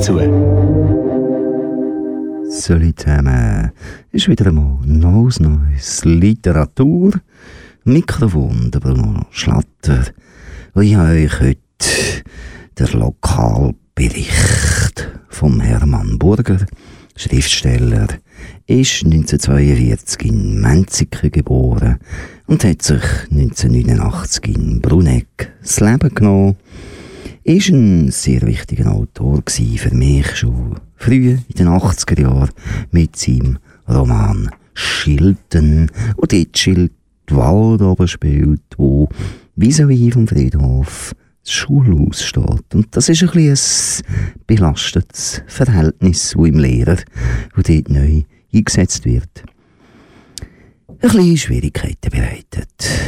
zu. Salut zusammen. Ist wieder einmal neues Literatur. Mikrofon, der Bruno Schlatter. Und ich habe euch heute den Lokalbericht vom Hermann Burger, Schriftsteller, ist 1942 in Menziken geboren und hat sich 1989 in Bruneck das Leben genommen. Ist ein sehr wichtiger Autor für mich schon früh in den 80er Jahren mit seinem Roman Schilden, wo dort Schild Wald oben spielt, wo vis-à-vis vom Friedhof das Schulhaus steht. Und das ist ein bisschen ein belastetes Verhältnis, das im Lehrer, wo dort neu eingesetzt wird, ein bisschen Schwierigkeiten bereitet.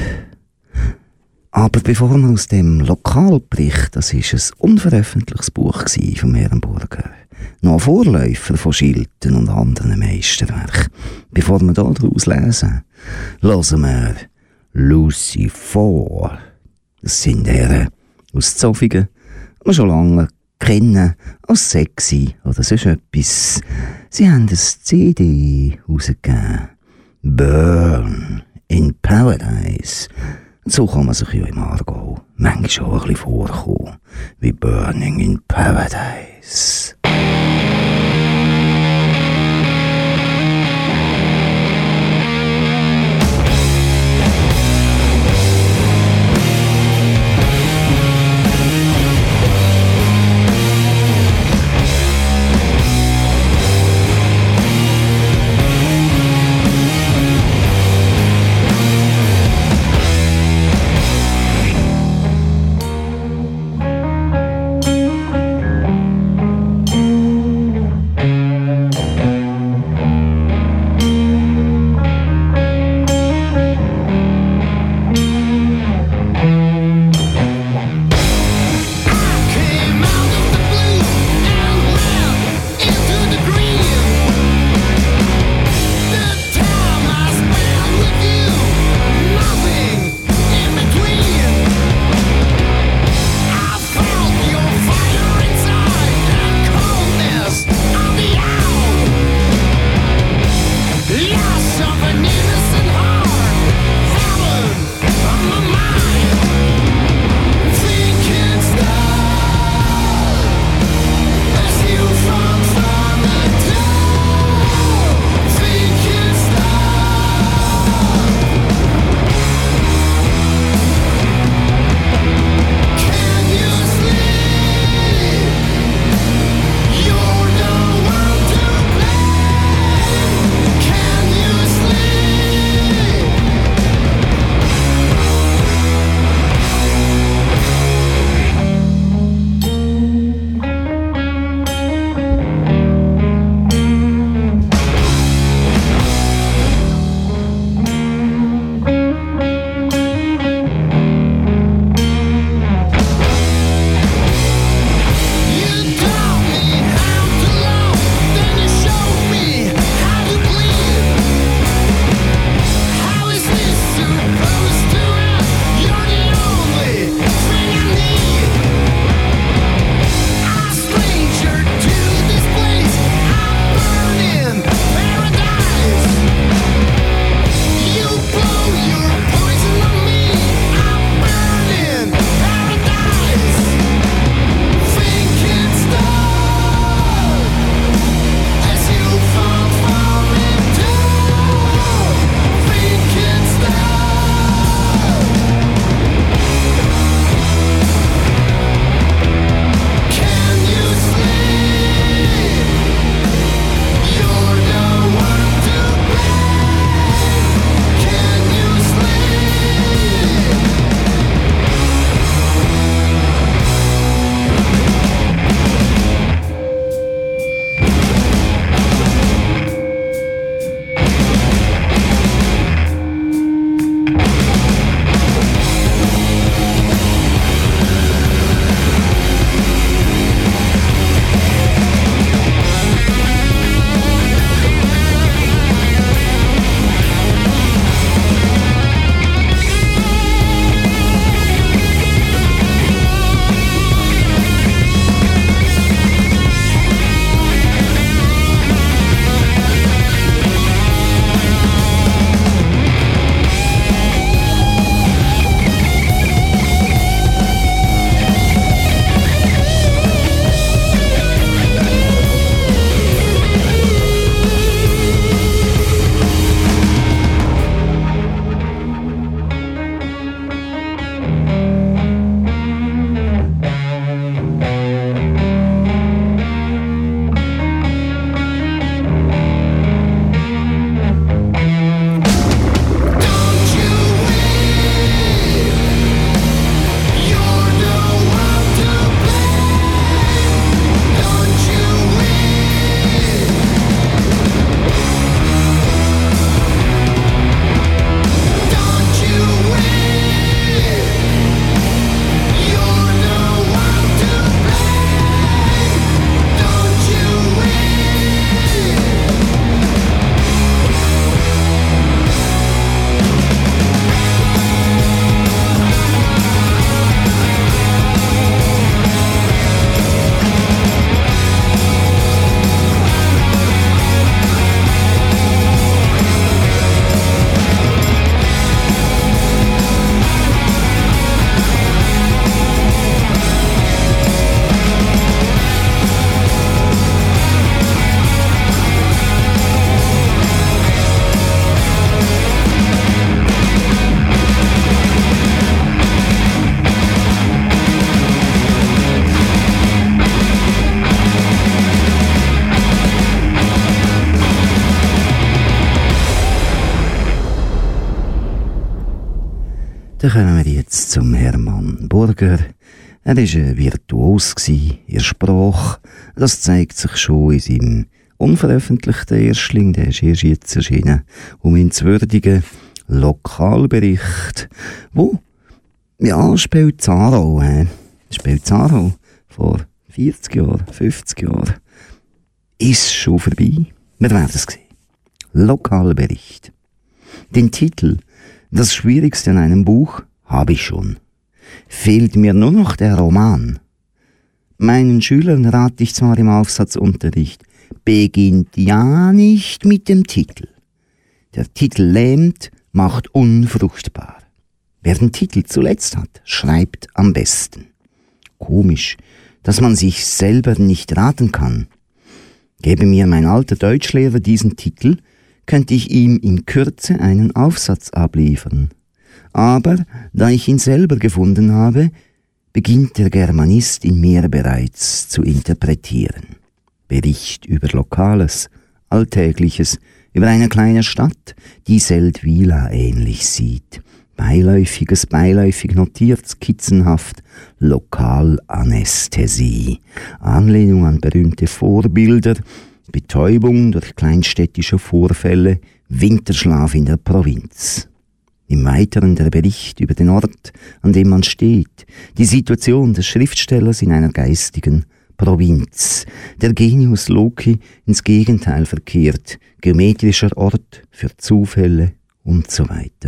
Aber bevor man aus dem Lokalbericht, das ist ein unveröffentlichtes Buch von Herrn Burger, noch ein Vorläufer von Schilden und anderen Meisterwerken. Bevor wir daraus lesen, hören wir Lucy 4. Das sind Herren aus Zofingen, die wir schon lange kennen, als sexy oder sonst etwas. Sie haben ein CD rausgegeben. Burn in Paradise. So kann man sich ja im Aargau manchmal auch ein bisschen vorkommen, wie Burning in Paradise. Dann kommen wir jetzt zum Hermann Burger. Er war ein Virtuos in der Sprache. Das zeigt sich schon in seinem unveröffentlichten Erstling, der ist erst jetzt erschienen, um ihn zu würdigen, Lokalbericht, wo, ja, spielt Zarau, spielt Zarau vor 40 Jahren, 50 Jahren. Ist schon vorbei? Wir werden es sehen. Lokalbericht. Den Titel Das Schwierigste an einem Buch habe ich schon. Fehlt mir nur noch der Roman. Meinen Schülern rate ich zwar im Aufsatzunterricht, beginnt ja nicht mit dem Titel. Der Titel lähmt, macht unfruchtbar. Wer den Titel zuletzt hat, schreibt am besten. Komisch, dass man sich selber nicht raten kann. Gäbe mir mein alter Deutschlehrer diesen Titel, könnte ich ihm in Kürze einen Aufsatz abliefern. Aber da ich ihn selber gefunden habe, beginnt der Germanist in mir bereits zu interpretieren. Bericht über Lokales, Alltägliches, über eine kleine Stadt, die Seldwyla ähnlich sieht. Beiläufiges beiläufig notiert, skizzenhaft, Lokalanästhesie, Anlehnung an berühmte Vorbilder, Betäubung durch kleinstädtische Vorfälle, Winterschlaf in der Provinz. Im Weiteren der Bericht über den Ort, an dem man steht, die Situation des Schriftstellers in einer geistigen Provinz, der Genius Loci ins Gegenteil verkehrt, geometrischer Ort für Zufälle und so weiter.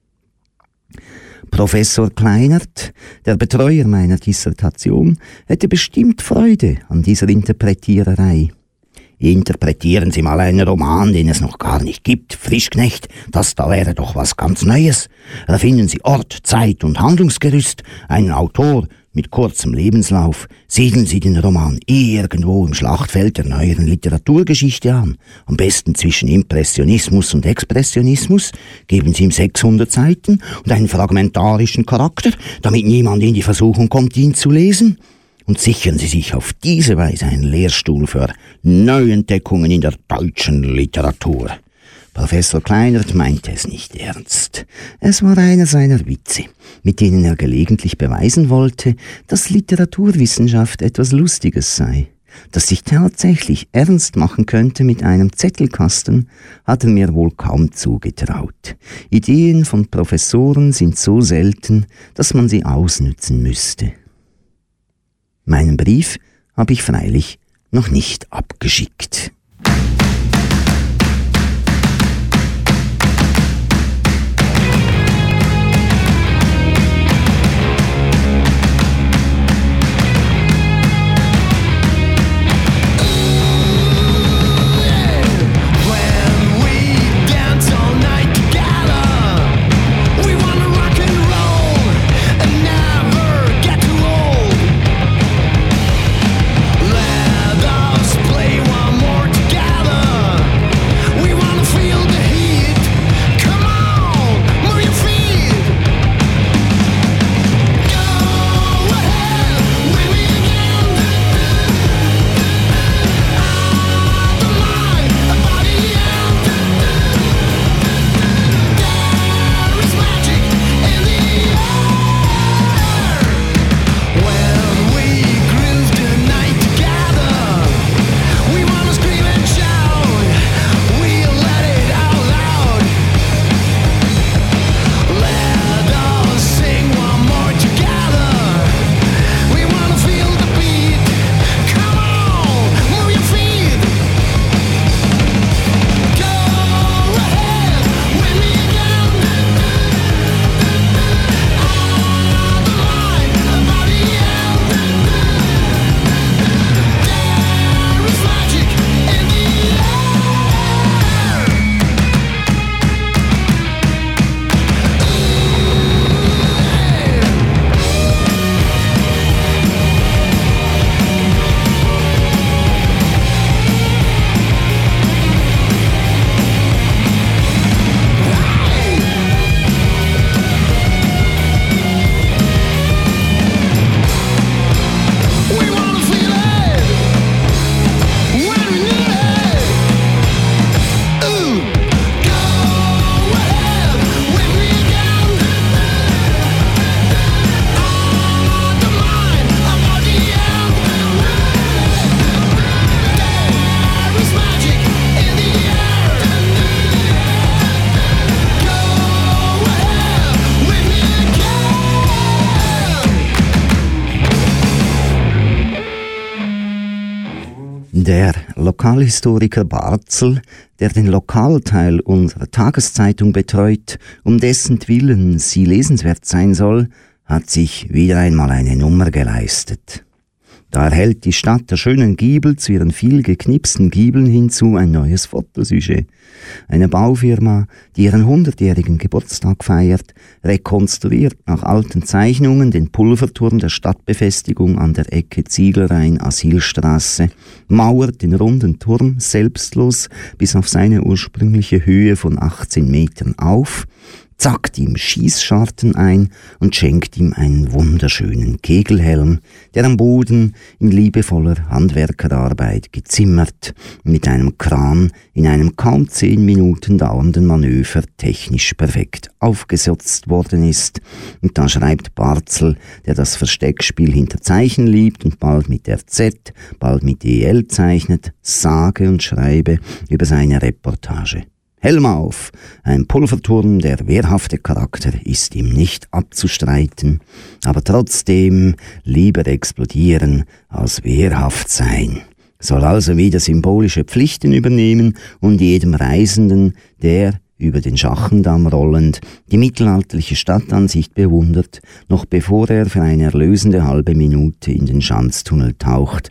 Professor Kleinert, der Betreuer meiner Dissertation, hätte bestimmt Freude an dieser Interpretiererei. Interpretieren Sie mal einen Roman, den es noch gar nicht gibt, Frischknecht, das da wäre doch was ganz Neues. Erfinden Sie Ort, Zeit und Handlungsgerüst, einen Autor mit kurzem Lebenslauf, siedeln Sie den Roman irgendwo im Schlachtfeld der neueren Literaturgeschichte an. Am besten zwischen Impressionismus und Expressionismus, geben Sie ihm 600 Seiten und einen fragmentarischen Charakter, damit niemand in die Versuchung kommt, ihn zu lesen. Und sichern Sie sich auf diese Weise einen Lehrstuhl für Neuentdeckungen in der deutschen Literatur. Professor Kleinert meinte es nicht ernst. Es war einer seiner Witze, mit denen er gelegentlich beweisen wollte, dass Literaturwissenschaft etwas Lustiges sei. Dass sich tatsächlich ernst machen könnte mit einem Zettelkasten, hat er mir wohl kaum zugetraut. Ideen von Professoren sind so selten, dass man sie ausnützen müsste. Meinen Brief habe ich freilich noch nicht abgeschickt. More Der Lokalhistoriker Barzel, der den Lokalteil unserer Tageszeitung betreut, um dessen Willen sie lesenswert sein soll, hat sich wieder einmal eine Nummer geleistet. Da erhält die Stadt der schönen Giebel zu ihren viel geknipsten Giebeln hinzu ein neues Fotosujet. Eine Baufirma, die ihren 100-jährigen Geburtstag feiert, rekonstruiert nach alten Zeichnungen den Pulverturm der Stadtbefestigung an der Ecke Zieglerein-Asylstraße, mauert den runden Turm selbstlos bis auf seine ursprüngliche Höhe von 18 Metern auf, zackt ihm Schießscharten ein und schenkt ihm einen wunderschönen Kegelhelm, der am Boden in liebevoller Handwerkerarbeit gezimmert und mit einem Kran in einem kaum 10 Minuten dauernden Manöver technisch perfekt aufgesetzt worden ist. Und da schreibt Barzel, der das Versteckspiel hinter Zeichen liebt und bald mit der Z, bald mit EL zeichnet, sage und schreibe über seine Reportage. Helm auf! Ein Pulverturm, der wehrhafte Charakter ist ihm nicht abzustreiten, aber trotzdem lieber explodieren als wehrhaft sein. Soll also wieder symbolische Pflichten übernehmen und jedem Reisenden, der über den Schachendamm rollend die mittelalterliche Stadtansicht bewundert, noch bevor er für eine erlösende halbe Minute in den Schanztunnel taucht,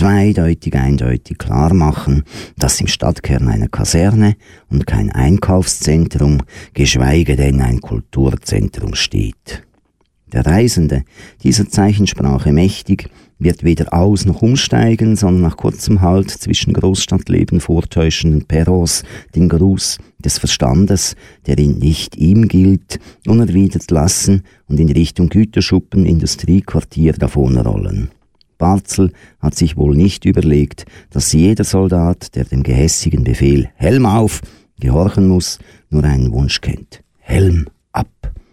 eindeutig klar machen, dass im Stadtkern eine Kaserne und kein Einkaufszentrum, geschweige denn ein Kulturzentrum steht. Der Reisende, dieser Zeichensprache mächtig, wird weder aus- noch umsteigen, sondern nach kurzem Halt zwischen Großstadtleben vortäuschenden Perros den Gruß des Verstandes, der ihn nicht ihm gilt, unerwidert lassen und in Richtung Güterschuppen, Industriequartier davonrollen. Barzel hat sich wohl nicht überlegt, dass jeder Soldat, der dem gehässigen Befehl »Helm auf!« gehorchen muss, nur einen Wunsch kennt: Helm ab!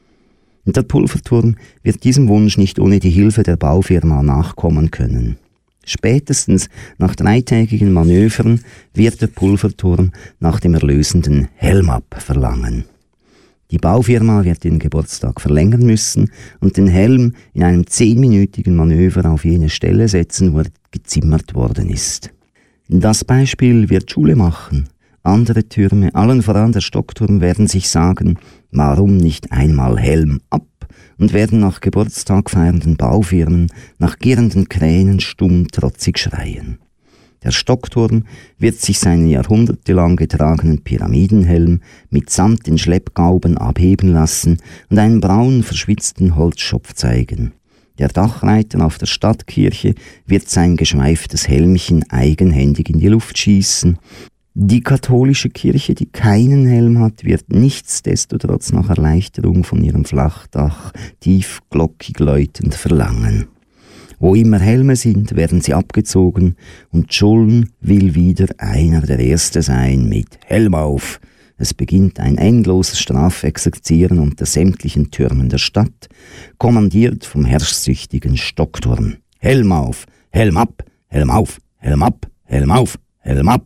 Und der Pulverturm wird diesem Wunsch nicht ohne die Hilfe der Baufirma nachkommen können. Spätestens nach 3-tägigen Manövern wird der Pulverturm nach dem erlösenden Helm ab verlangen. Die Baufirma wird den Geburtstag verlängern müssen und den Helm in einem 10-minütigen Manöver auf jene Stelle setzen, wo er gezimmert worden ist. Das Beispiel wird Schule machen. Andere Türme, allen voran der Stockturm, werden sich sagen, warum nicht einmal Helm ab, und werden nach Geburtstag feiernden Baufirmen, nach girrenden Kränen stumm trotzig schreien. Der Stockturm wird sich seinen jahrhundertelang getragenen Pyramidenhelm mitsamt den Schleppgauben abheben lassen und einen braunen, verschwitzten Holzschopf zeigen. Der Dachreiter auf der Stadtkirche wird sein geschweiftes Helmchen eigenhändig in die Luft schießen. Die katholische Kirche, die keinen Helm hat, wird nichtsdestotrotz nach Erleichterung von ihrem Flachdach tiefglockig läutend verlangen. Wo immer Helme sind, werden sie abgezogen und schon will wieder einer der Erste sein mit Helm auf. Es beginnt ein endloses Strafexerzieren unter sämtlichen Türmen der Stadt, kommandiert vom herrschsüchtigen Stockturm. Helm auf, Helm ab, Helm auf, Helm ab, Helm auf, Helm ab.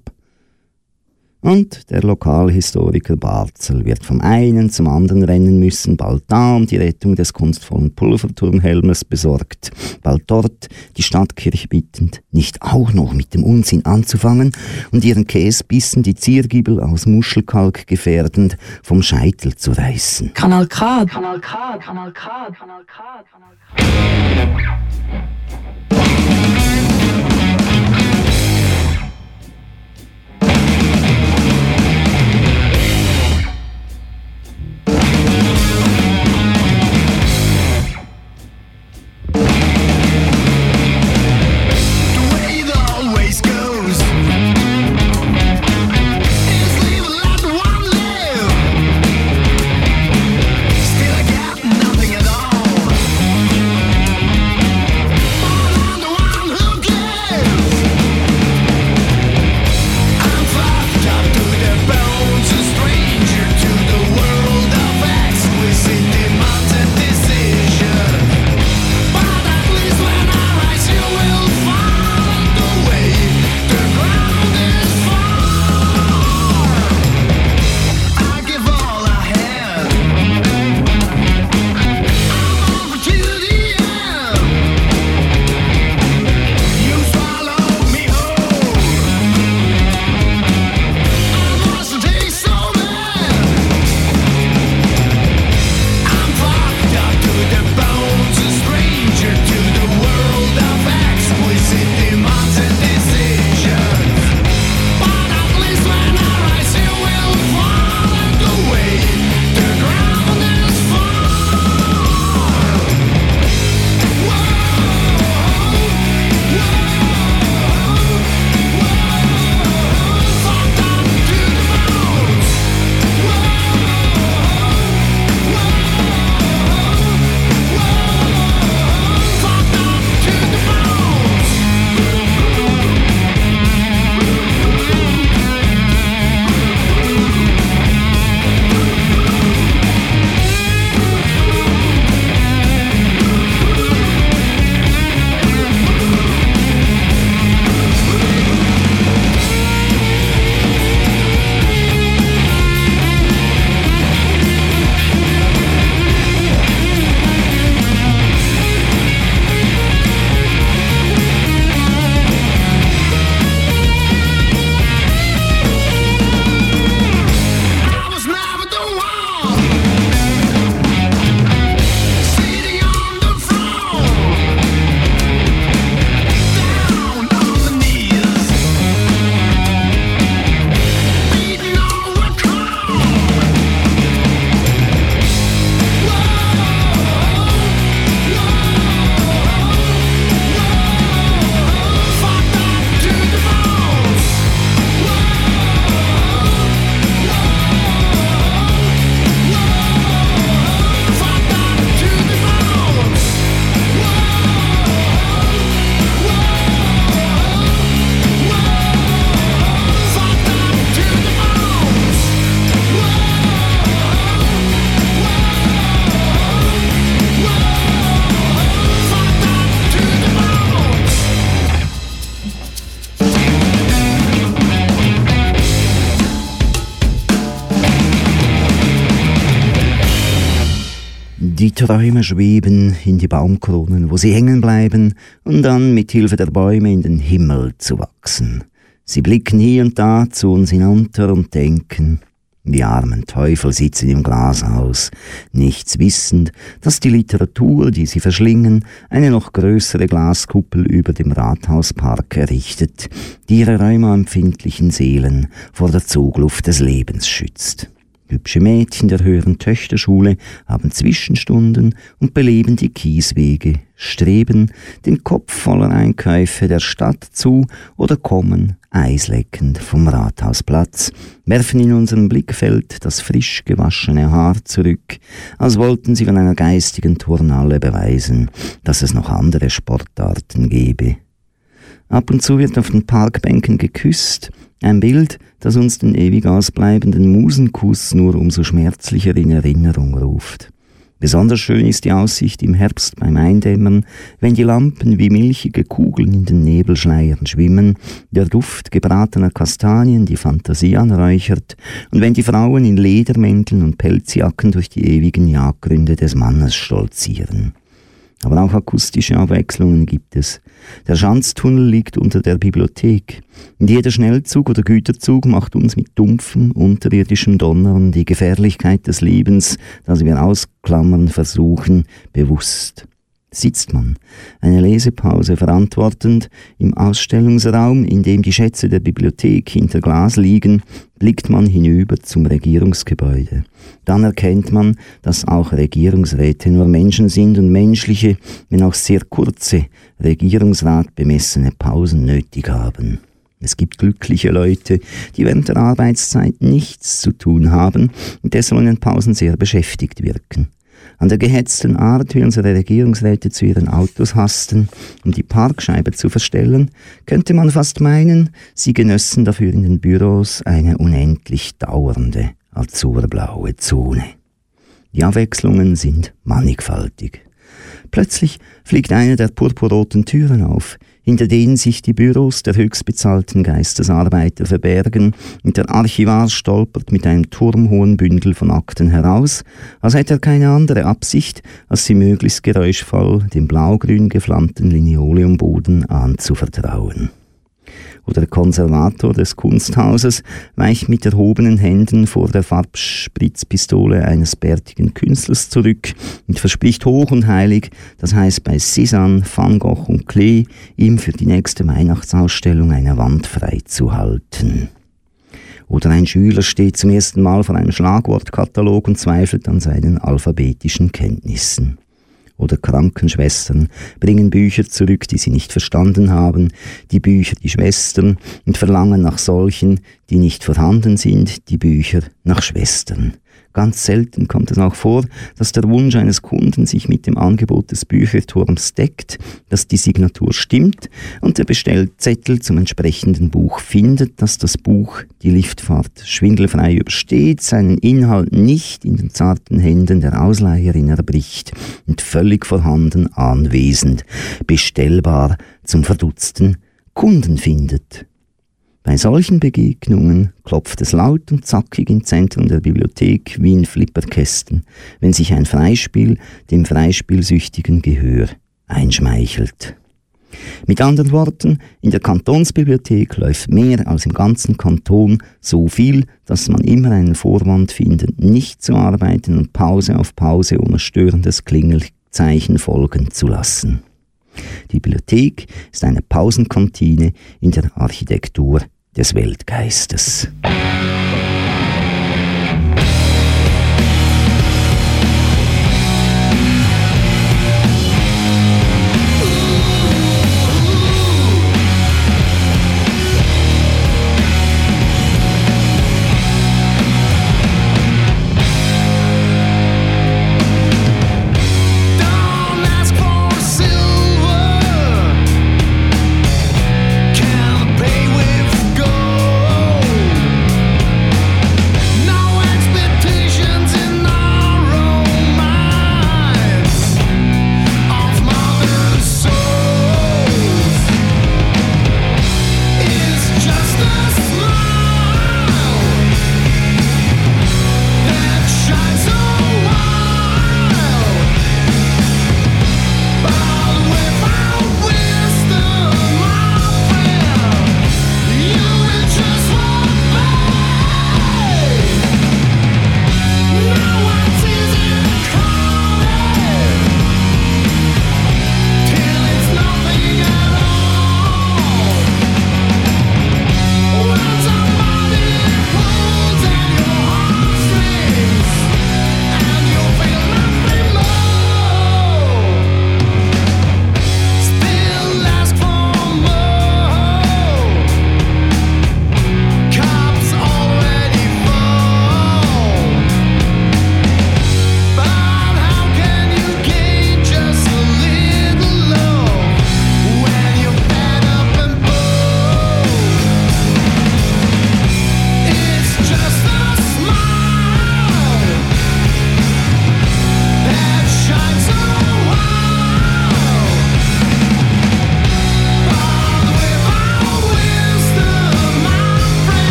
Und der Lokalhistoriker Barzel wird vom einen zum anderen rennen müssen, bald da um die Rettung des kunstvollen Pulverturmhelmes besorgt, bald dort die Stadtkirche bittend, nicht auch noch mit dem Unsinn anzufangen und ihren Käsbissen die Ziergiebel aus Muschelkalk gefährdend vom Scheitel zu reißen. Kanal K, Kanal K, Kanal K, Kanal K, Kanal K. Still I got nothing at all. Die Träume schweben in die Baumkronen, wo sie hängen bleiben, um dann mit Hilfe der Bäume in den Himmel zu wachsen. Sie blicken hier und da zu uns hinunter und denken, die armen Teufel sitzen im Glashaus, nichts wissend, dass die Literatur, die sie verschlingen, eine noch größere Glaskuppel über dem Rathauspark errichtet, die ihre rheumaempfindlichen Seelen vor der Zugluft des Lebens schützt. Hübsche Mädchen der höheren Töchterschule haben Zwischenstunden und beleben die Kieswege, streben den Kopf voller Einkäufe der Stadt zu oder kommen eisleckend vom Rathausplatz, werfen in unserem Blickfeld das frisch gewaschene Haar zurück, als wollten sie von einer geistigen Turnhalle beweisen, dass es noch andere Sportarten gebe. Ab und zu wird auf den Parkbänken geküsst, ein Bild, das uns den ewig ausbleibenden Musenkuss nur umso schmerzlicher in Erinnerung ruft. Besonders schön ist die Aussicht im Herbst beim Eindämmern, wenn die Lampen wie milchige Kugeln in den Nebelschleiern schwimmen, der Duft gebratener Kastanien die Fantasie anräuchert und wenn die Frauen in Ledermänteln und Pelzjacken durch die ewigen Jagdgründe des Mannes stolzieren. Aber auch akustische Abwechslungen gibt es. Der Schanztunnel liegt unter der Bibliothek. Und jeder Schnellzug oder Güterzug macht uns mit dumpfem, unterirdischen Donnern die Gefährlichkeit des Lebens, das wir ausklammern versuchen, bewusst. Sitzt man, eine Lesepause verantwortend, im Ausstellungsraum, in dem die Schätze der Bibliothek hinter Glas liegen, blickt man hinüber zum Regierungsgebäude. Dann erkennt man, dass auch Regierungsräte nur Menschen sind und menschliche, wenn auch sehr kurze, regierungsratbemessene Pausen nötig haben. Es gibt glückliche Leute, die während der Arbeitszeit nichts zu tun haben und deshalb in den Pausen sehr beschäftigt wirken. An der gehetzten Art, wie unsere Regierungsräte zu ihren Autos hasten, um die Parkscheibe zu verstellen, könnte man fast meinen, sie genössen dafür in den Büros eine unendlich dauernde, azurblaue Zone. Die Abwechslungen sind mannigfaltig. Plötzlich fliegt eine der purpurroten Türen auf, hinter denen sich die Büros der höchstbezahlten Geistesarbeiter verbergen, und der Archivar stolpert mit einem turmhohen Bündel von Akten heraus, als hätte er keine andere Absicht, als sie möglichst geräuschvoll dem blaugrün geflammten Linoleumboden anzuvertrauen. Oder der Konservator des Kunsthauses weicht mit erhobenen Händen vor der Farbspritzpistole eines bärtigen Künstlers zurück und verspricht hoch und heilig, das heißt bei Cézanne, Van Gogh und Klee, ihm für die nächste Weihnachtsausstellung eine Wand freizuhalten. Oder ein Schüler steht zum ersten Mal vor einem Schlagwortkatalog und zweifelt an seinen alphabetischen Kenntnissen. Oder Krankenschwestern bringen Bücher zurück, die sie nicht verstanden haben, die Bücher die Schwestern, und verlangen nach solchen, die nicht vorhanden sind, die Bücher nach Schwestern. Ganz selten kommt es auch vor, dass der Wunsch eines Kunden sich mit dem Angebot des Bücherturms deckt, dass die Signatur stimmt und der Bestellzettel zum entsprechenden Buch findet, dass das Buch die Liftfahrt schwindelfrei übersteht, seinen Inhalt nicht in den zarten Händen der Ausleiherin erbricht und völlig vorhanden, anwesend, bestellbar zum verdutzten Kunden findet. Bei solchen Begegnungen klopft es laut und zackig im Zentrum der Bibliothek wie in Flipperkästen, wenn sich ein Freispiel dem freispielsüchtigen Gehör einschmeichelt. Mit anderen Worten, in der Kantonsbibliothek läuft mehr als im ganzen Kanton so viel, dass man immer einen Vorwand findet, nicht zu arbeiten und Pause auf Pause ohne störendes Klingelzeichen folgen zu lassen. Die Bibliothek ist eine Pausenkantine in der Architektur des Weltgeistes. Can't pay with gold.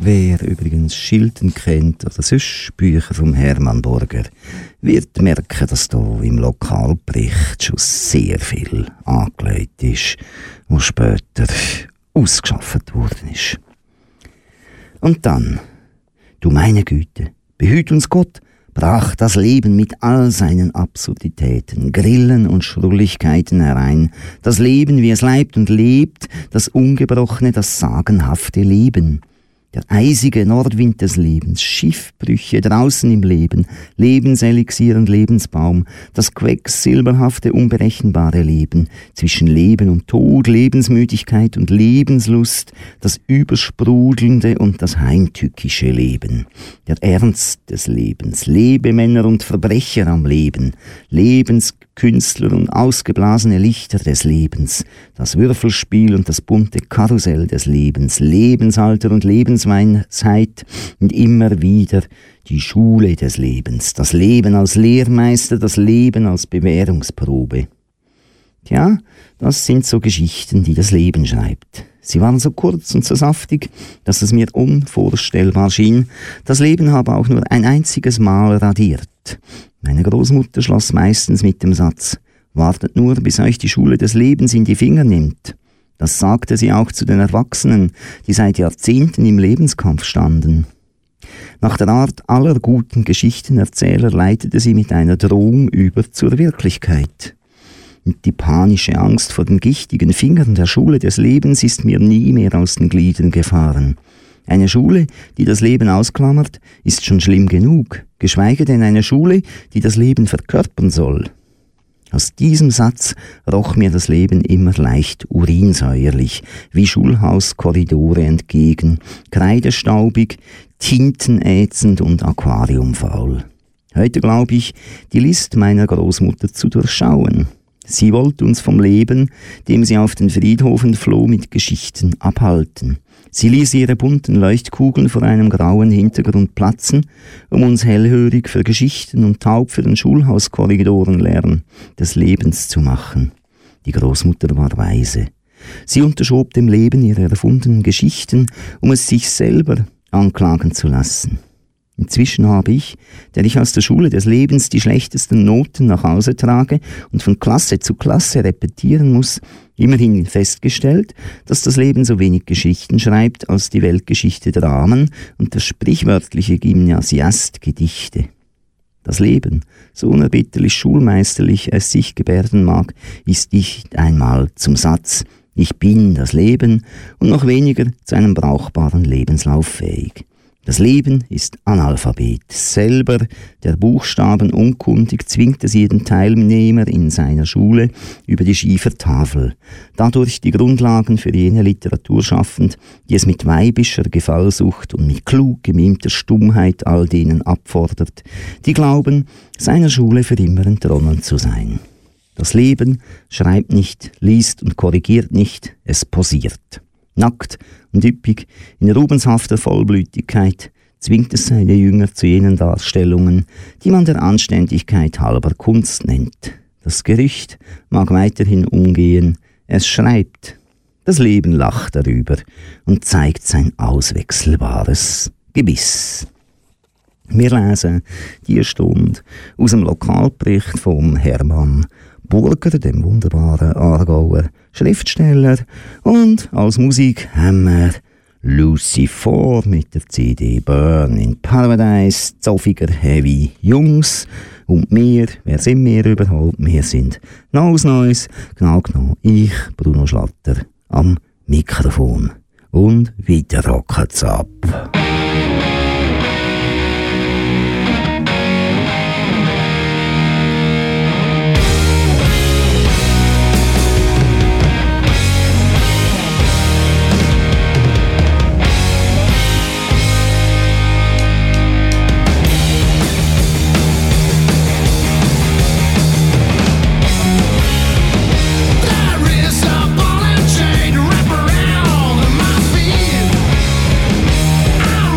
Wer übrigens Schilden kennt oder sonst Bücher vom Hermann Burger, wird merken, dass da im Lokalbericht schon sehr viel angelegt ist, was später ausgeschafft worden ist. Und dann, du meine Güte, behüt uns Gott, brach das Leben mit all seinen Absurditäten, Grillen und Schrulligkeiten herein, das Leben, wie es leibt und lebt, das ungebrochene, das sagenhafte Leben. Der eisige Nordwind des Lebens, Schiffbrüche draußen im Leben, Lebenselixier und Lebensbaum, das quecksilberhafte, unberechenbare Leben, zwischen Leben und Tod, Lebensmüdigkeit und Lebenslust, das übersprudelnde und das heimtückische Leben, der Ernst des Lebens, Lebemänner und Verbrecher am Leben, Lebenskünstler und ausgeblasene Lichter des Lebens, das Würfelspiel und das bunte Karussell des Lebens, Lebensalter und Lebensweisheit und immer wieder die Schule des Lebens, das Leben als Lehrmeister, das Leben als Bewährungsprobe. Tja, das sind so Geschichten, die das Leben schreibt. Sie waren so kurz und so saftig, dass es mir unvorstellbar schien, das Leben habe auch nur ein einziges Mal radiert. Meine Großmutter schloss meistens mit dem Satz: Wartet nur, bis euch die Schule des Lebens in die Finger nimmt. Das sagte sie auch zu den Erwachsenen, die seit Jahrzehnten im Lebenskampf standen. Nach der Art aller guten Geschichtenerzähler leitete sie mit einer Drohung über zur Wirklichkeit. Und die panische Angst vor den gichtigen Fingern der Schule des Lebens ist mir nie mehr aus den Gliedern gefahren. Eine Schule, die das Leben ausklammert, ist schon schlimm genug, geschweige denn eine Schule, die das Leben verkörpern soll. Aus diesem Satz roch mir das Leben immer leicht urinsäuerlich, wie Schulhauskorridore entgegen, kreidestaubig, tintenätzend und aquariumfaul. Heute glaube ich, die List meiner Großmutter zu durchschauen. Sie wollte uns vom Leben, dem sie auf den Friedhof entfloh, mit Geschichten abhalten. Sie ließ ihre bunten Leuchtkugeln vor einem grauen Hintergrund platzen, um uns hellhörig für Geschichten und taub für den Schulhauskorridorenlärm des Lebens zu machen. Die Großmutter war weise. Sie unterschob dem Leben ihre erfundenen Geschichten, um es sich selber anklagen zu lassen. Inzwischen habe ich, der ich aus der Schule des Lebens die schlechtesten Noten nach Hause trage und von Klasse zu Klasse repetieren muss, immerhin festgestellt, dass das Leben so wenig Geschichten schreibt als die Weltgeschichte Dramen und der sprichwörtliche Gymnasiast Gedichte. Das Leben, so unerbitterlich schulmeisterlich es sich gebärden mag, ist nicht einmal zum Satz „Ich bin das Leben" und noch weniger zu einem brauchbaren Lebenslauf fähig. Das Leben ist Analphabet. Selber der Buchstaben unkundig zwingt es jeden Teilnehmer in seiner Schule über die schiefe Tafel. Dadurch die Grundlagen für jene Literatur schaffend, die es mit weibischer Gefallsucht und mit klug gemimter Stummheit all denen abfordert, die glauben, seiner Schule für immer entronnen zu sein. Das Leben schreibt nicht, liest und korrigiert nicht, es posiert. Nackt und üppig, in rubenshafter Vollblütigkeit, zwingt es seine Jünger zu jenen Darstellungen, die man der Anständigkeit halber Kunst nennt. Das Gerücht mag weiterhin umgehen, es schreibt. Das Leben lacht darüber und zeigt sein auswechselbares Gebiss. Wir lesen diese Stunde aus dem Lokalbericht vom Hermann Burger, dem wunderbaren Aargauer Schriftsteller, und als Musik haben wir Lucy 4 mit der CD Burn in Paradise, zoffiger Heavy Jungs. Und wir, wer sind wir überhaupt? Wir sind Neues Neues, genau ich, Bruno Schlatter, am Mikrofon. Und weiter rockt's ab. Chain wrap around my feet.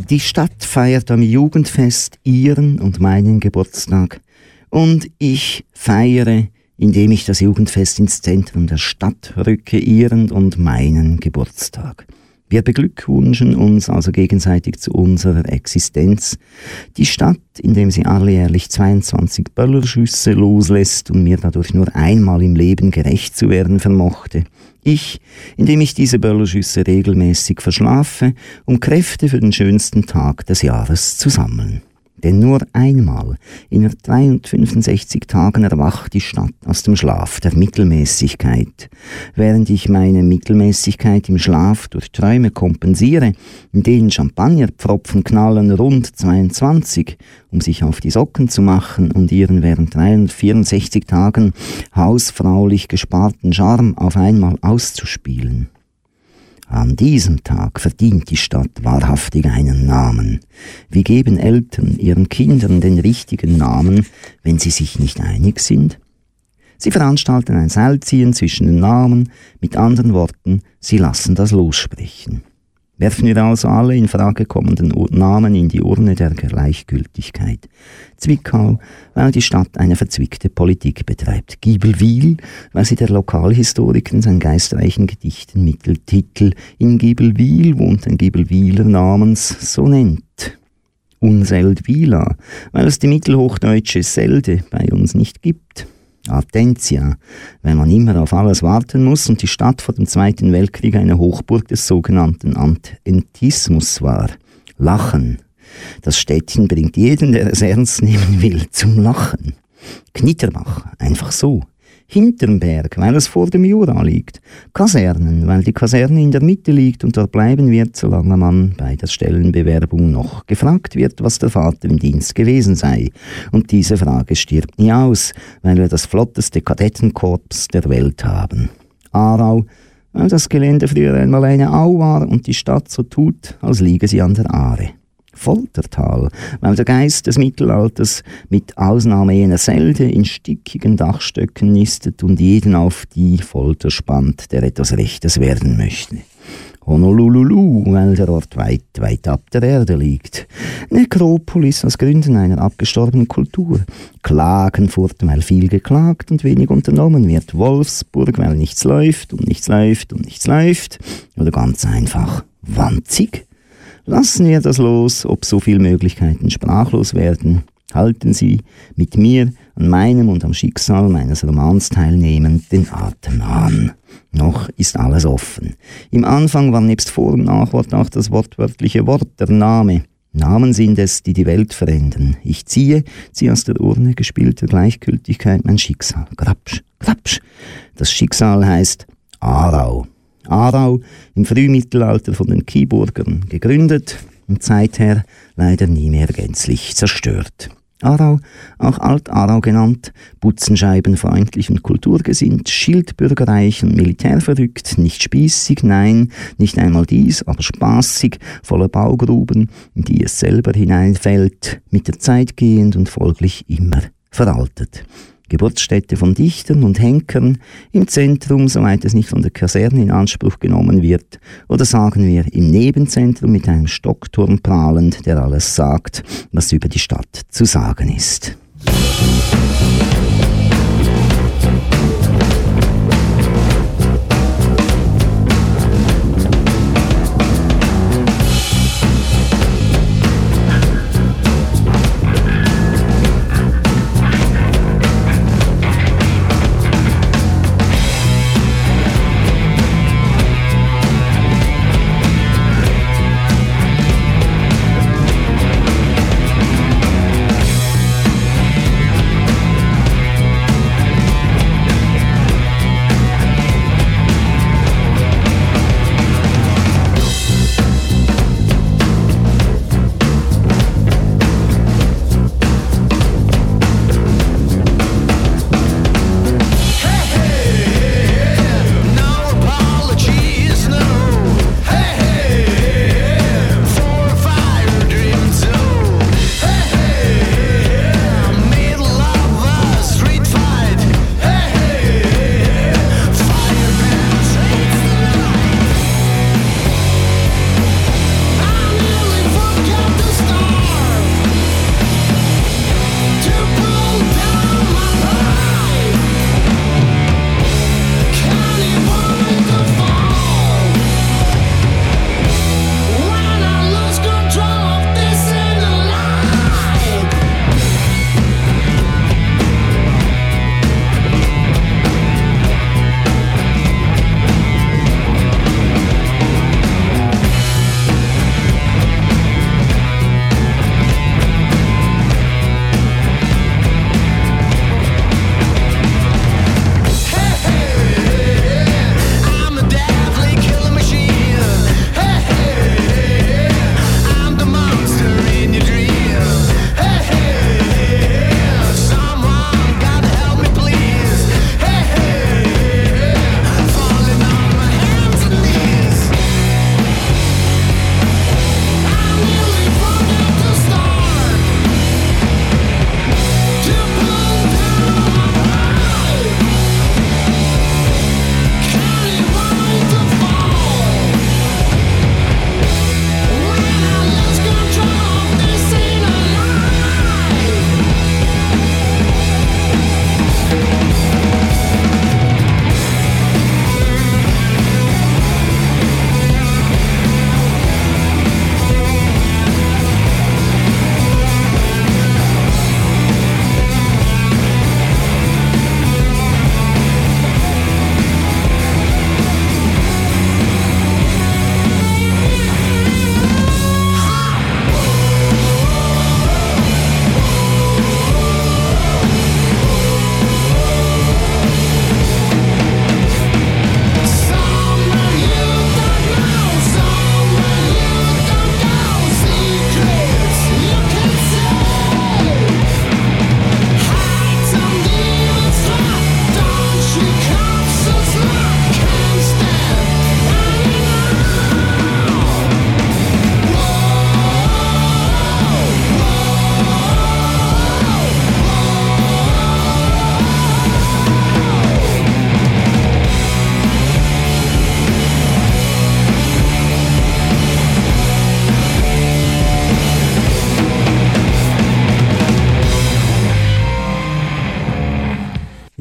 Die Stadt feiert am Jugendfest ihren und meinen Geburtstag. Und ich feiere, indem ich das Jugendfest ins Zentrum der Stadt rücke, ihren und meinen Geburtstag. Wir beglückwünschen uns also gegenseitig zu unserer Existenz. Die Stadt, indem sie alljährlich 22 Böllerschüsse loslässt und mir dadurch nur einmal im Leben gerecht zu werden vermochte. Ich, indem ich diese Böllerschüsse regelmäßig verschlafe, um Kräfte für den schönsten Tag des Jahres zu sammeln. Denn nur einmal in 365 Tagen erwacht die Stadt aus dem Schlaf der Mittelmäßigkeit. Während ich meine Mittelmäßigkeit im Schlaf durch Träume kompensiere, in denen Champagnerpfropfen knallen rund 22, um sich auf die Socken zu machen und ihren während 364 Tagen hausfraulich gesparten Charme auf einmal auszuspielen. An diesem Tag verdient die Stadt wahrhaftig einen Namen. Wie geben Eltern ihren Kindern den richtigen Namen, wenn sie sich nicht einig sind? Sie veranstalten ein Seilziehen zwischen den Namen, mit anderen Worten, sie lassen das lossprechen. Werfen wir also alle in Frage kommenden Namen in die Urne der Gleichgültigkeit. Zwickau, weil die Stadt eine verzwickte Politik betreibt. Gibelwil, weil sie der Lokalhistoriker in seinen geistreichen Gedichten Mitteltitel "In Gibelwil wohnt ein Gibelwiler namens" so nennt. Unseldwyla, weil es die mittelhochdeutsche Selde bei uns nicht gibt. Artentia, weil man immer auf alles warten muss und die Stadt vor dem Zweiten Weltkrieg eine Hochburg des sogenannten Antentismus war. Lachen. Das Städtchen bringt jeden, der es ernst nehmen will, zum Lachen. Knitterbach, einfach so. Hinterberg, weil es vor dem Jura liegt. Kasernen, weil die Kaserne in der Mitte liegt und dort bleiben wird, solange man bei der Stellenbewerbung noch gefragt wird, was der Vater im Dienst gewesen sei. Und diese Frage stirbt nie aus, weil wir das flotteste Kadettenkorps der Welt haben. Aarau, weil das Gelände früher einmal eine Au war und die Stadt so tut, als liege sie an der Aare. Foltertal, weil der Geist des Mittelalters mit Ausnahme jener Selde in stickigen Dachstöcken nistet und jeden auf die Folter spannt, der etwas Rechtes werden möchte. Honolulu, weil der Ort weit, weit ab der Erde liegt. Nekropolis aus Gründen einer abgestorbenen Kultur. Klagenfurt, weil viel geklagt und wenig unternommen wird. Wolfsburg, weil nichts läuft und nichts läuft und nichts läuft. Oder ganz einfach Wanzig. Lassen wir das los, ob so viele Möglichkeiten sprachlos werden. Halten Sie mit mir an meinem und am Schicksal meines Romans teilnehmend den Atem an. Noch ist alles offen. Im Anfang war nebst Vor- und Nachwort auch das wortwörtliche Wort, der Name. Namen sind es, die die Welt verändern. Ich ziehe aus der Urne gespielter Gleichgültigkeit mein Schicksal. Grapsch, grapsch. Das Schicksal heißt Aarau. Aarau, im Frühmittelalter von den Kiburgern gegründet und seither leider nie mehr gänzlich zerstört. Aarau, auch Alt-Aarau genannt, butzenscheibenfreundlich und kulturgesinnt, schildbürgerreich und militärverrückt, nicht spießig, nein, nicht einmal dies, aber spaßig, voller Baugruben, in die es selber hineinfällt, mit der Zeit gehend und folglich immer veraltet. Geburtsstätte von Dichtern und Henkern, im Zentrum, soweit es nicht von der Kaserne in Anspruch genommen wird, oder sagen wir im Nebenzentrum mit einem Stockturm prahlend, der alles sagt, was über die Stadt zu sagen ist.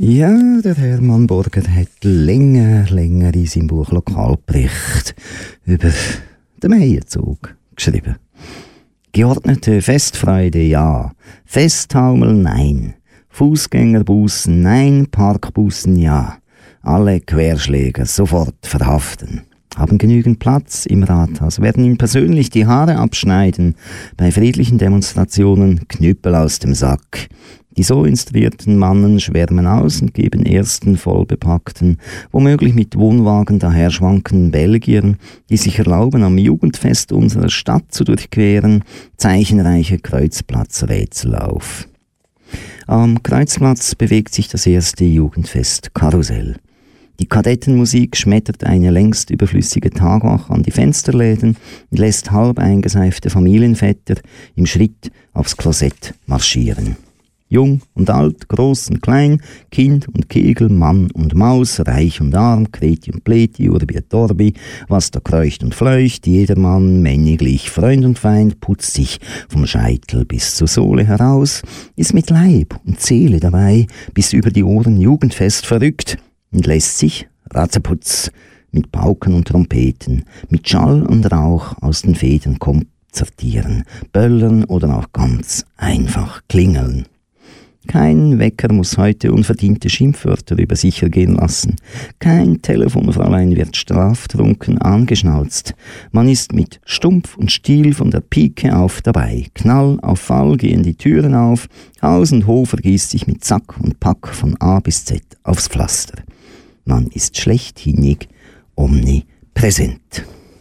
Ja, der Hermann Burger hat länger in seinem Buch Lokalbericht über den Meierzug geschrieben. Geordnete Festfreude, ja. Festtaumel, nein. Fußgängerbußen, nein. Parkbußen, ja. Alle Querschläger sofort verhaften. Haben genügend Platz im Rathaus, werden ihm persönlich die Haare abschneiden. Bei friedlichen Demonstrationen Knüppel aus dem Sack. Die so instruierten Mannen schwärmen aus und geben ersten vollbepackten, womöglich mit Wohnwagen daherschwankenden Belgiern, die sich erlauben, am Jugendfest unserer Stadt zu durchqueren, zeichenreiche Kreuzplatzrätsel auf. Am Kreuzplatz bewegt sich das erste Jugendfest Karussell. Die Kadettenmusik schmettert eine längst überflüssige Tagwache an die Fensterläden und lässt halb eingeseifte Familienväter im Schritt aufs Klosett marschieren. Jung und alt, groß und klein, Kind und Kegel, Mann und Maus, reich und arm, Kreti und Pleti, Urbi et Orbi, was da kreucht und fleucht, jedermann, männiglich, Freund und Feind, putzt sich vom Scheitel bis zur Sohle heraus, ist mit Leib und Seele dabei, bis über die Ohren Jugendfest verrückt und lässt sich, Ratzeputz, mit Pauken und Trompeten, mit Schall und Rauch aus den Federn konzertieren, böllern oder auch ganz einfach klingeln. Kein Wecker muss heute unverdiente Schimpfwörter über sich ergehen lassen. Kein Telefonfräulein wird straftrunken angeschnauzt. Man ist mit Stumpf und Stiel von der Pike auf dabei. Knall auf Fall gehen die Türen auf. Haus und Hof ergießt sich mit Sack und Pack von A bis Z aufs Pflaster. Man ist schlechthinig omnipräsent.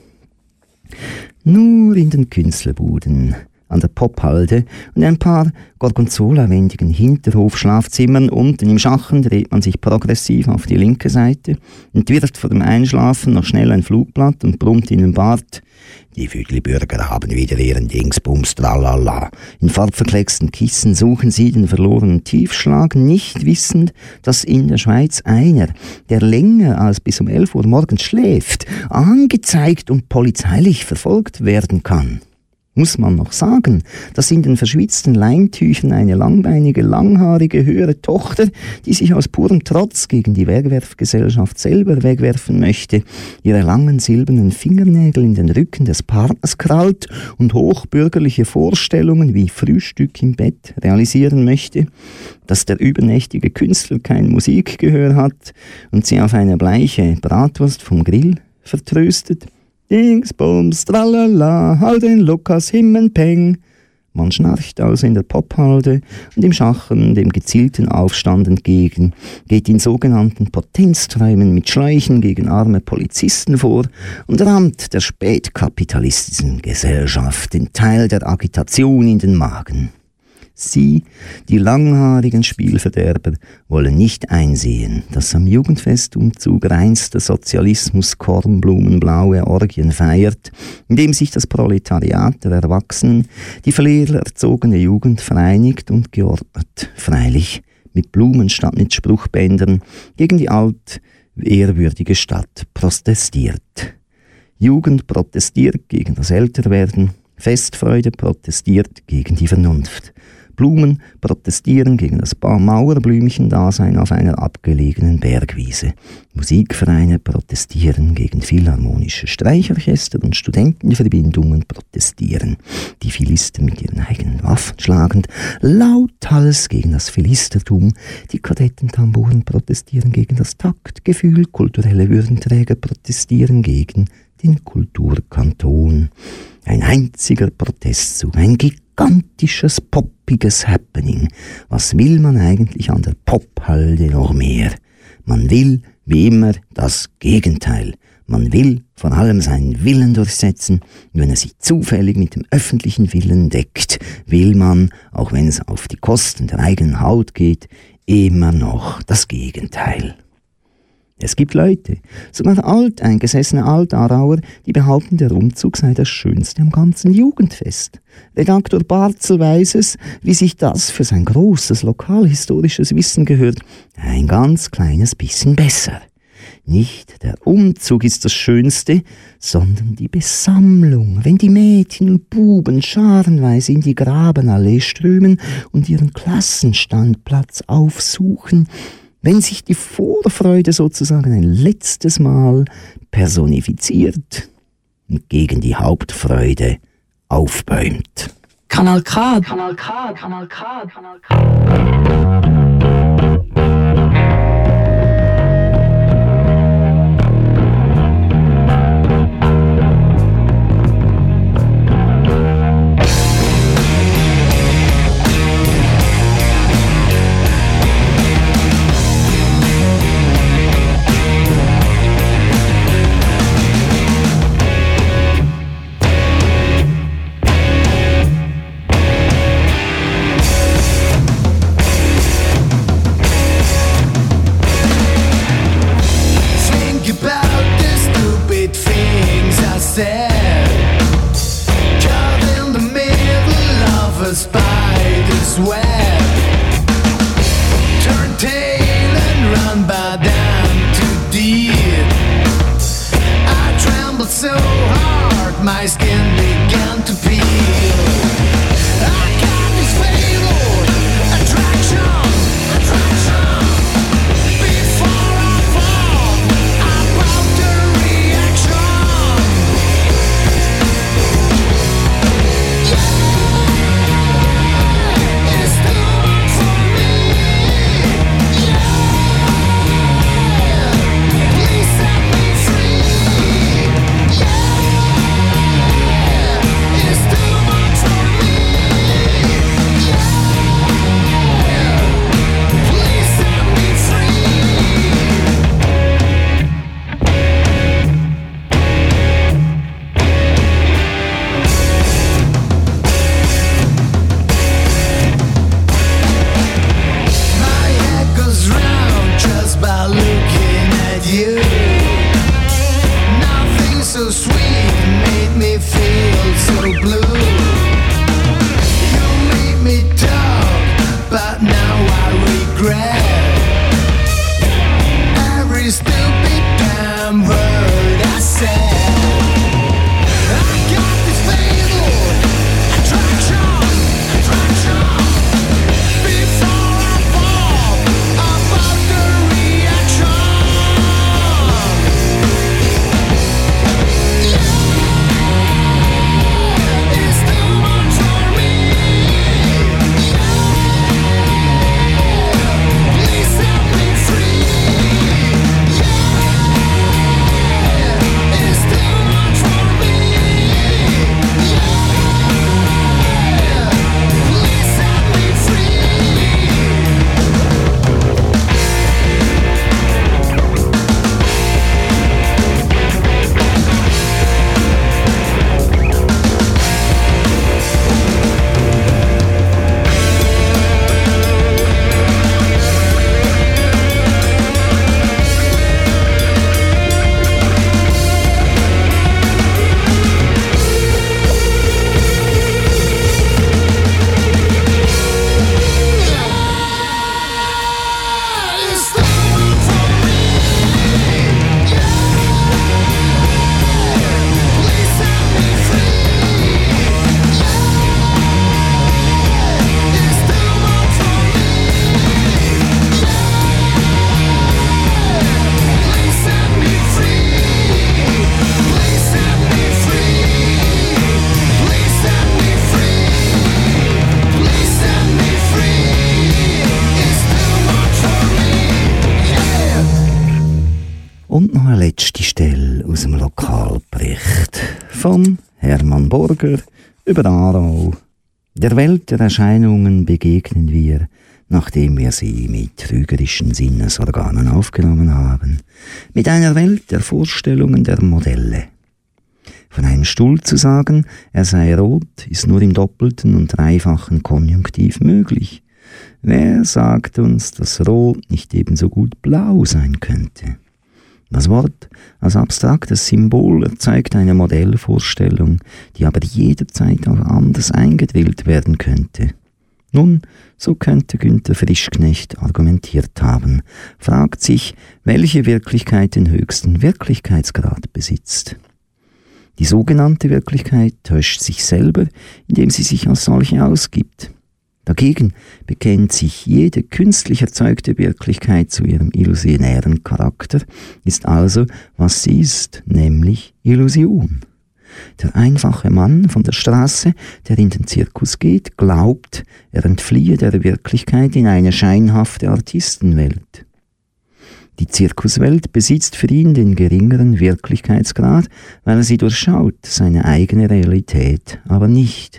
Nur in den Künstlerbuden, an der Pophalde und ein paar Gorgonzola-wendigen Hinterhofschlafzimmern unten im Schachen dreht man sich progressiv auf die linke Seite, entwirft vor dem Einschlafen noch schnell ein Flugblatt und brummt in den Bart: Die Vögelbürger haben wieder ihren Dingsbums, tralala. In farbverklecksten Kissen suchen sie den verlorenen Tiefschlag, nicht wissend, dass in der Schweiz einer, der länger als bis um 11 Uhr morgens schläft, angezeigt und polizeilich verfolgt werden kann. Muss man noch sagen, dass in den verschwitzten Leintüchern eine langbeinige, langhaarige, höhere Tochter, die sich aus purem Trotz gegen die Wegwerfgesellschaft selber wegwerfen möchte, ihre langen silbernen Fingernägel in den Rücken des Partners krallt und hochbürgerliche Vorstellungen wie Frühstück im Bett realisieren möchte, dass der übernächtige Künstler kein Musikgehör hat und sie auf eine bleiche Bratwurst vom Grill vertröstet. Dingsbums, tralala, hau den Lukas Himmenpeng. Man schnarcht also in der Pophalde und im Schachen dem gezielten Aufstand entgegen, geht in sogenannten Potenzträumen mit Schläuchen gegen arme Polizisten vor und rammt der spätkapitalistischen Gesellschaft den Teil der Agitation in den Magen. Sie, die langhaarigen Spielverderber, wollen nicht einsehen, dass am Jugendfestumzug reinster Sozialismus kornblumenblaue Orgien feiert, indem sich das Proletariat der Erwachsenen, die verlehrerzogene Jugend vereinigt und geordnet, freilich mit Blumen statt mit Spruchbändern, gegen die altehrwürdige Stadt protestiert. Jugend protestiert gegen das Älterwerden, Festfreude protestiert gegen die Vernunft. Blumen protestieren gegen das Mauerblümchen-Dasein auf einer abgelegenen Bergwiese. Musikvereine protestieren gegen philharmonische Streichorchester und Studentenverbindungen protestieren. Die Philister mit ihren eigenen Waffen schlagend, lauthals gegen das Philistertum. Die Kadettentamburen protestieren gegen das Taktgefühl. Kulturelle Würdenträger protestieren gegen den Kulturkanton. Ein einziger Protestzug, ein gigantisches, poppiges Happening. Was will man eigentlich an der Pophalde noch mehr? Man will, wie immer, das Gegenteil. Man will vor allem seinen Willen durchsetzen, und wenn er sich zufällig mit dem öffentlichen Willen deckt, will man, auch wenn es auf die Kosten der eigenen Haut geht, immer noch das Gegenteil. Es gibt Leute, sogar alteingesessene Altarauer, die behaupten, der Umzug sei das Schönste am ganzen Jugendfest. Redaktor Barzel weiß es, wie sich das für sein großes lokalhistorisches Wissen gehört, ein ganz kleines bisschen besser. Nicht der Umzug ist das Schönste, sondern die Besammlung, wenn die Mädchen und Buben scharenweise in die Grabenallee strömen und ihren Klassenstandplatz aufsuchen, wenn sich die Vorfreude sozusagen ein letztes Mal personifiziert und gegen die Hauptfreude aufbäumt. Kanal K, Kanal K, Kanal K, Kanal K. Und noch eine letzte Stelle aus dem Lokalbericht von Hermann Burger über Aarau. Der Welt der Erscheinungen begegnen wir, nachdem wir sie mit trügerischen Sinnesorganen aufgenommen haben, mit einer Welt der Vorstellungen der Modelle. Von einem Stuhl zu sagen, er sei rot, ist nur im doppelten und dreifachen Konjunktiv möglich. Wer sagt uns, dass rot nicht ebenso gut blau sein könnte? Das Wort als abstraktes Symbol erzeugt eine Modellvorstellung, die aber jederzeit auch anders eingedrillt werden könnte. Nun, so könnte Günther Frischknecht argumentiert haben, fragt sich, welche Wirklichkeit den höchsten Wirklichkeitsgrad besitzt. Die sogenannte Wirklichkeit täuscht sich selber, indem sie sich als solche ausgibt. Dagegen bekennt sich jede künstlich erzeugte Wirklichkeit zu ihrem illusionären Charakter, ist also, was sie ist, nämlich Illusion. Der einfache Mann von der Straße, der in den Zirkus geht, glaubt, er entfliehe der Wirklichkeit in eine scheinhafte Artistenwelt. Die Zirkuswelt besitzt für ihn den geringeren Wirklichkeitsgrad, weil er sie durchschaut, seine eigene Realität aber nicht.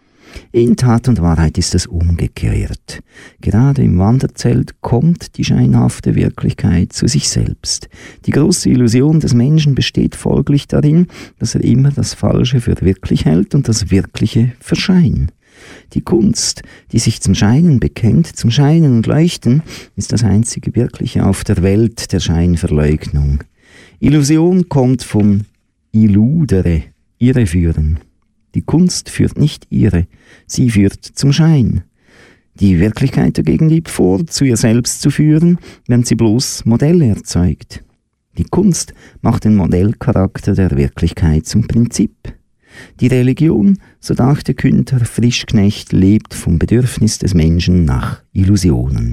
In Tat und Wahrheit ist es umgekehrt. Gerade im Wanderzelt kommt die scheinhafte Wirklichkeit zu sich selbst. Die große Illusion des Menschen besteht folglich darin, dass er immer das Falsche für wirklich hält und das Wirkliche für Schein. Die Kunst, die sich zum Scheinen bekennt, zum Scheinen und Leuchten, ist das einzige Wirkliche auf der Welt der Scheinverleugnung. Illusion kommt von illudere, irreführen. Die Kunst führt nicht irre, sie führt zum Schein. Die Wirklichkeit dagegen gibt vor, zu ihr selbst zu führen, wenn sie bloß Modelle erzeugt. Die Kunst macht den Modellcharakter der Wirklichkeit zum Prinzip. Die Religion, so dachte Günther Frischknecht, lebt vom Bedürfnis des Menschen nach Illusionen.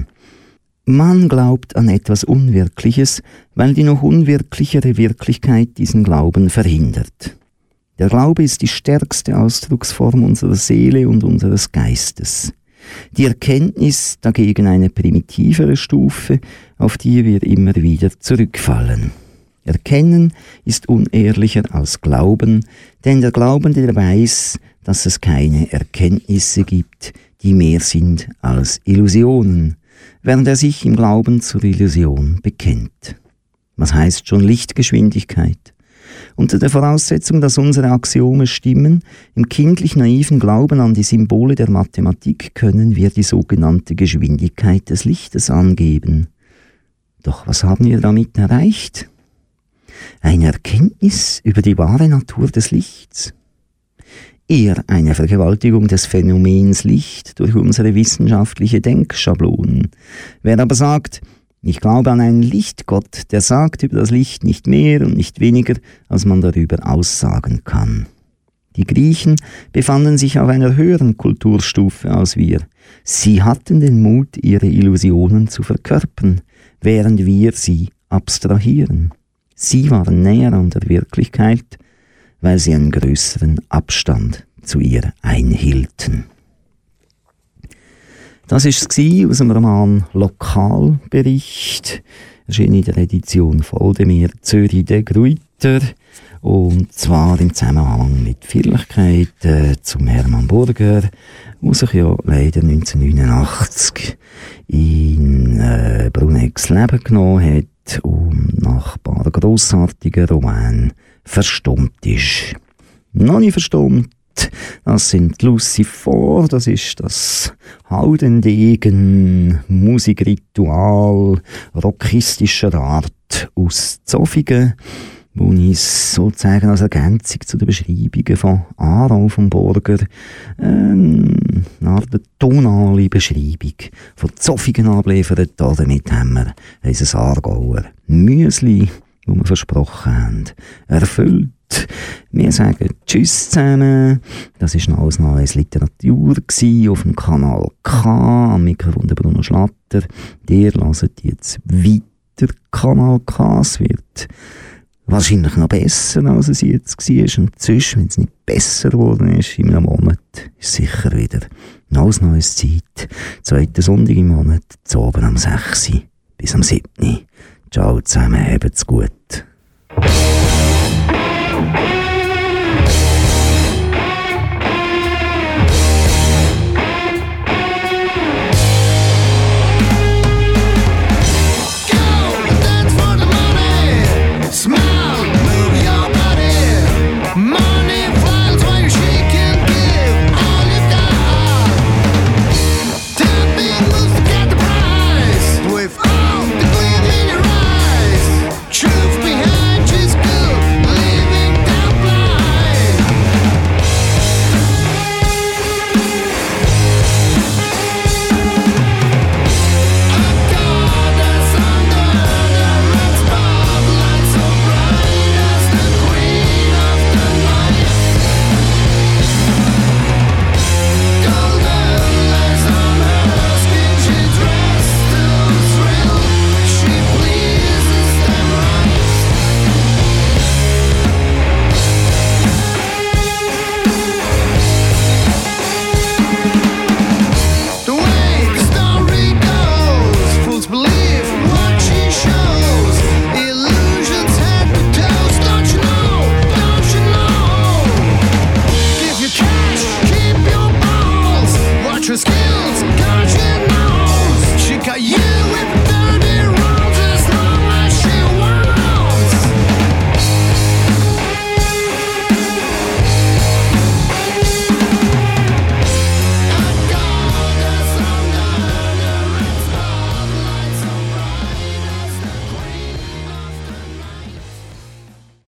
Man glaubt an etwas Unwirkliches, weil die noch unwirklichere Wirklichkeit diesen Glauben verhindert. Der Glaube ist die stärkste Ausdrucksform unserer Seele und unseres Geistes. Die Erkenntnis dagegen eine primitivere Stufe, auf die wir immer wieder zurückfallen. Erkennen ist unehrlicher als Glauben, denn der Glaubende weiß, dass es keine Erkenntnisse gibt, die mehr sind als Illusionen, während er sich im Glauben zur Illusion bekennt. Was heißt schon Lichtgeschwindigkeit? Unter der Voraussetzung, dass unsere Axiome stimmen, im kindlich naiven Glauben an die Symbole der Mathematik können wir die sogenannte Geschwindigkeit des Lichtes angeben. Doch was haben wir damit erreicht? Eine Erkenntnis über die wahre Natur des Lichts? Eher eine Vergewaltigung des Phänomens Licht durch unsere wissenschaftliche Denkschablonen. Wer aber sagt, ich glaube an einen Lichtgott, der sagt über das Licht nicht mehr und nicht weniger, als man darüber aussagen kann. Die Griechen befanden sich auf einer höheren Kulturstufe als wir. Sie hatten den Mut, ihre Illusionen zu verkörpern, während wir sie abstrahieren. Sie waren näher an der Wirklichkeit, weil sie einen größeren Abstand zu ihr einhielten. Das war es aus dem Roman Lokalbericht, erschien in der Edition Voldemir Zürich de Gruyter, und zwar im Zusammenhang mit Feierlichkeiten zum Hermann Burger, der sich ja leider 1989 in Bruneggs Leben genommen hat und nach ein paar grossartigen Romanen verstummt ist. Noch nicht verstummt, das sind Lucy Four, das ist das Haudendegen Musikritual rockistischer Art aus Zofingen, wo ich sozusagen als Ergänzung zu den Beschreibungen von Aarau vom Burger eine Art tonale Beschreibung von Zofingen abliefert. Damit haben wir unser Aargauer Müsli, das wir versprochen haben, erfüllt. Wir sagen Tschüss zusammen. Das war alles noch als Literatur auf dem Kanal K, am Mikrofon der Bruno Schlatter. Ihr hört jetzt weiter Kanal K. Es wird wahrscheinlich noch besser, als es jetzt war. Und sonst, wenn es nicht besser geworden ist in einem Monat, ist sicher wieder noch neues Zeit. 2. Sonntag im Monat, zu oben am 6. bis am 7. Ciao zusammen, habt's gut. Thank you.